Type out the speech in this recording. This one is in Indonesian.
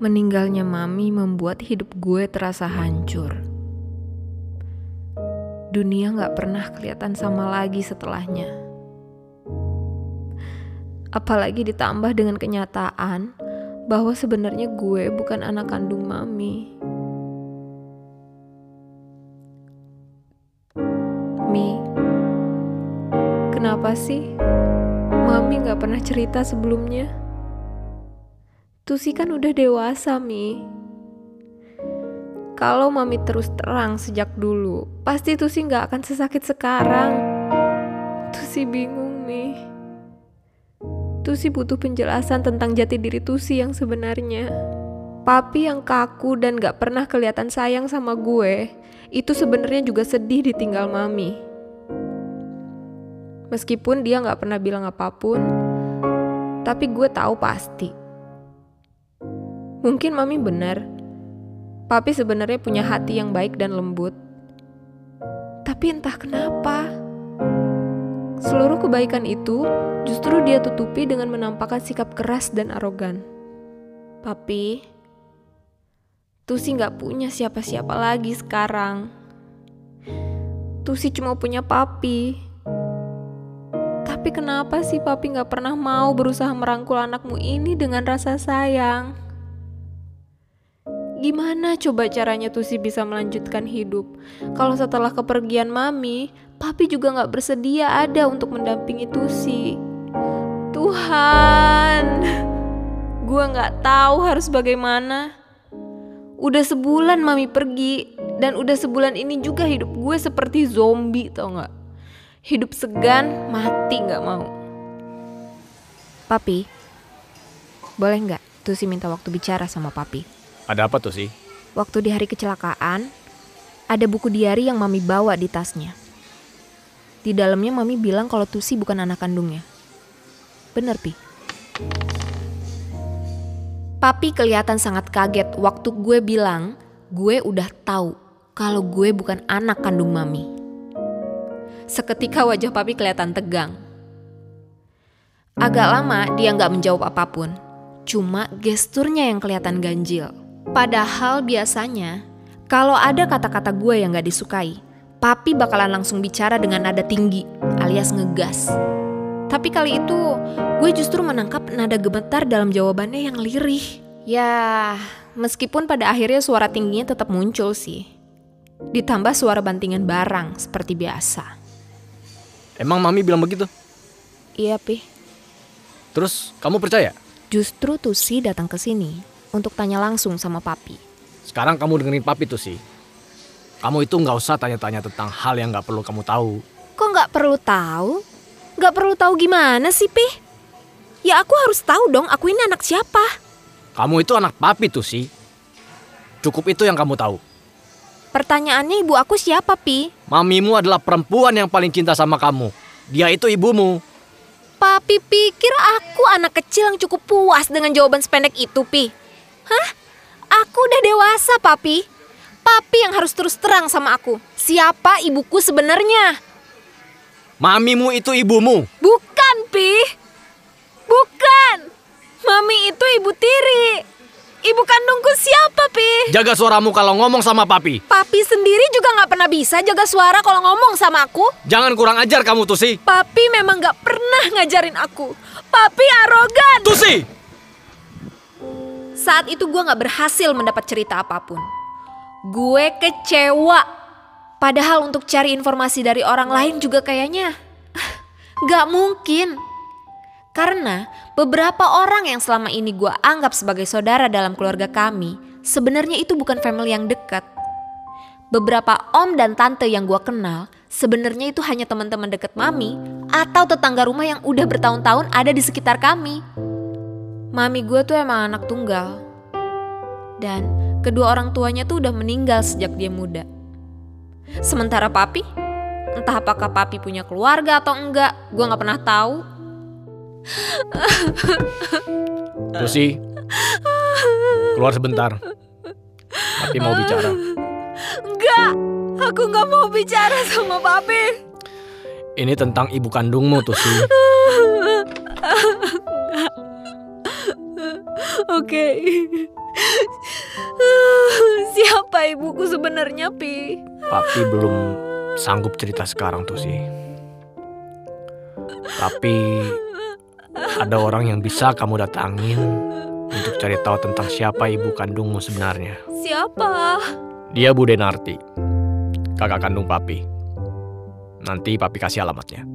Meninggalnya Mami membuat hidup gue terasa hancur. Dunia gak pernah kelihatan sama lagi setelahnya. Apalagi ditambah dengan kenyataan bahwa sebenarnya gue bukan anak kandung Mami. Mi, kenapa sih Mami gak pernah cerita sebelumnya? Tusi kan udah dewasa, Mi. Kalau Mami terus terang sejak dulu, pasti Tusi gak akan sesakit sekarang. Tusi bingung, Mi. Tusi butuh penjelasan tentang jati diri Tusi yang sebenarnya. Papi yang kaku dan gak pernah kelihatan sayang sama gue, itu sebenarnya juga sedih ditinggal Mami. Meskipun dia gak pernah bilang apapun, tapi gue tahu pasti. Mungkin Mami benar. Papi sebenarnya punya hati yang baik dan lembut. Tapi entah kenapa, seluruh kebaikan itu justru dia tutupi dengan menampakkan sikap keras dan arogan. Papi, Tusi gak punya siapa-siapa lagi sekarang. Tusi cuma punya Papi. Tapi kenapa sih Papi gak pernah mau berusaha merangkul anakmu ini dengan rasa sayang? Gimana coba caranya Tusi bisa melanjutkan hidup kalau setelah kepergian Mami, Papi juga gak bersedia ada untuk mendampingi Tusi? Tuhan, gue gak tahu harus bagaimana. Udah sebulan Mami pergi, dan udah sebulan ini juga hidup gue seperti zombie, tau gak? Hidup segan, mati gak mau. Papi, boleh gak Tusi minta waktu bicara sama Papi? Ada apa tuh sih? Waktu di hari kecelakaan, ada buku diari yang Mami bawa di tasnya. Di dalamnya Mami bilang kalau Tusi bukan anak kandungnya. Bener, Pi? Papi kelihatan sangat kaget waktu gue bilang gue udah tahu kalau gue bukan anak kandung Mami. Seketika wajah Papi kelihatan tegang. Agak lama dia gak menjawab apapun. Cuma gesturnya yang kelihatan ganjil. Padahal biasanya, kalau ada kata-kata gue yang gak disukai, Papi bakalan langsung bicara dengan nada tinggi, alias ngegas. Tapi kali itu, gue justru menangkap nada gemetar dalam jawabannya yang lirih. Ya, meskipun pada akhirnya suara tingginya tetap muncul sih. Ditambah suara bantingan barang seperti biasa. Emang Mami bilang begitu? Iya, Pi. Terus, kamu percaya? Justru Tusi datang ke sini untuk tanya langsung sama Papi. Sekarang kamu dengerin Papi tuh sih. Kamu itu gak usah tanya-tanya tentang hal yang gak perlu kamu tahu. Kok gak perlu tahu? Gak perlu tahu gimana sih, Pi? Ya aku harus tahu dong, aku ini anak siapa? Kamu itu anak Papi tuh sih. Cukup itu yang kamu tahu. Pertanyaannya ibu aku siapa, Pi? Mamimu adalah perempuan yang paling cinta sama kamu. Dia itu ibumu. Papi pikir aku anak kecil yang cukup puas dengan jawaban sependek itu, Pi? Hah? Aku udah dewasa, Papi. Papi yang harus terus terang sama aku. Siapa ibuku sebenarnya? Mamimu itu ibumu. Bukan, Pi. Bukan. Mami itu ibu tiri. Ibu kandungku siapa, Pi? Jaga suaramu kalau ngomong sama Papi. Papi sendiri juga gak pernah bisa jaga suara kalau ngomong sama aku. Jangan kurang ajar kamu, Tusi. Papi memang gak pernah ngajarin aku. Papi arogan. Tusi! Saat itu gue gak berhasil mendapat cerita apapun. Gue kecewa. Padahal untuk cari informasi dari orang lain juga kayaknya gak mungkin. Karena beberapa orang yang selama ini gue anggap sebagai saudara dalam keluarga kami, sebenarnya itu bukan family yang dekat. Beberapa om dan tante yang gue kenal, sebenarnya itu hanya teman-teman dekat Mami atau tetangga rumah yang udah bertahun-tahun ada di sekitar kami. Mami gue tuh emang anak tunggal. Dan kedua orang tuanya tuh udah meninggal sejak dia muda. Sementara Papi, entah apakah Papi punya keluarga atau enggak, gue gak pernah tahu. Tusi, keluar sebentar. Papi mau bicara. Enggak, aku gak mau bicara sama Papi. Ini tentang ibu kandungmu, Tusi. Oke. Siapa ibuku sebenarnya, Pi? Papi belum sanggup cerita sekarang tuh sih. Tapi ada orang yang bisa kamu datangin untuk cari tahu tentang siapa ibu kandungmu sebenarnya. Siapa? Dia Bu Denarti, kakak kandung Papi. Nanti Papi kasih alamatnya.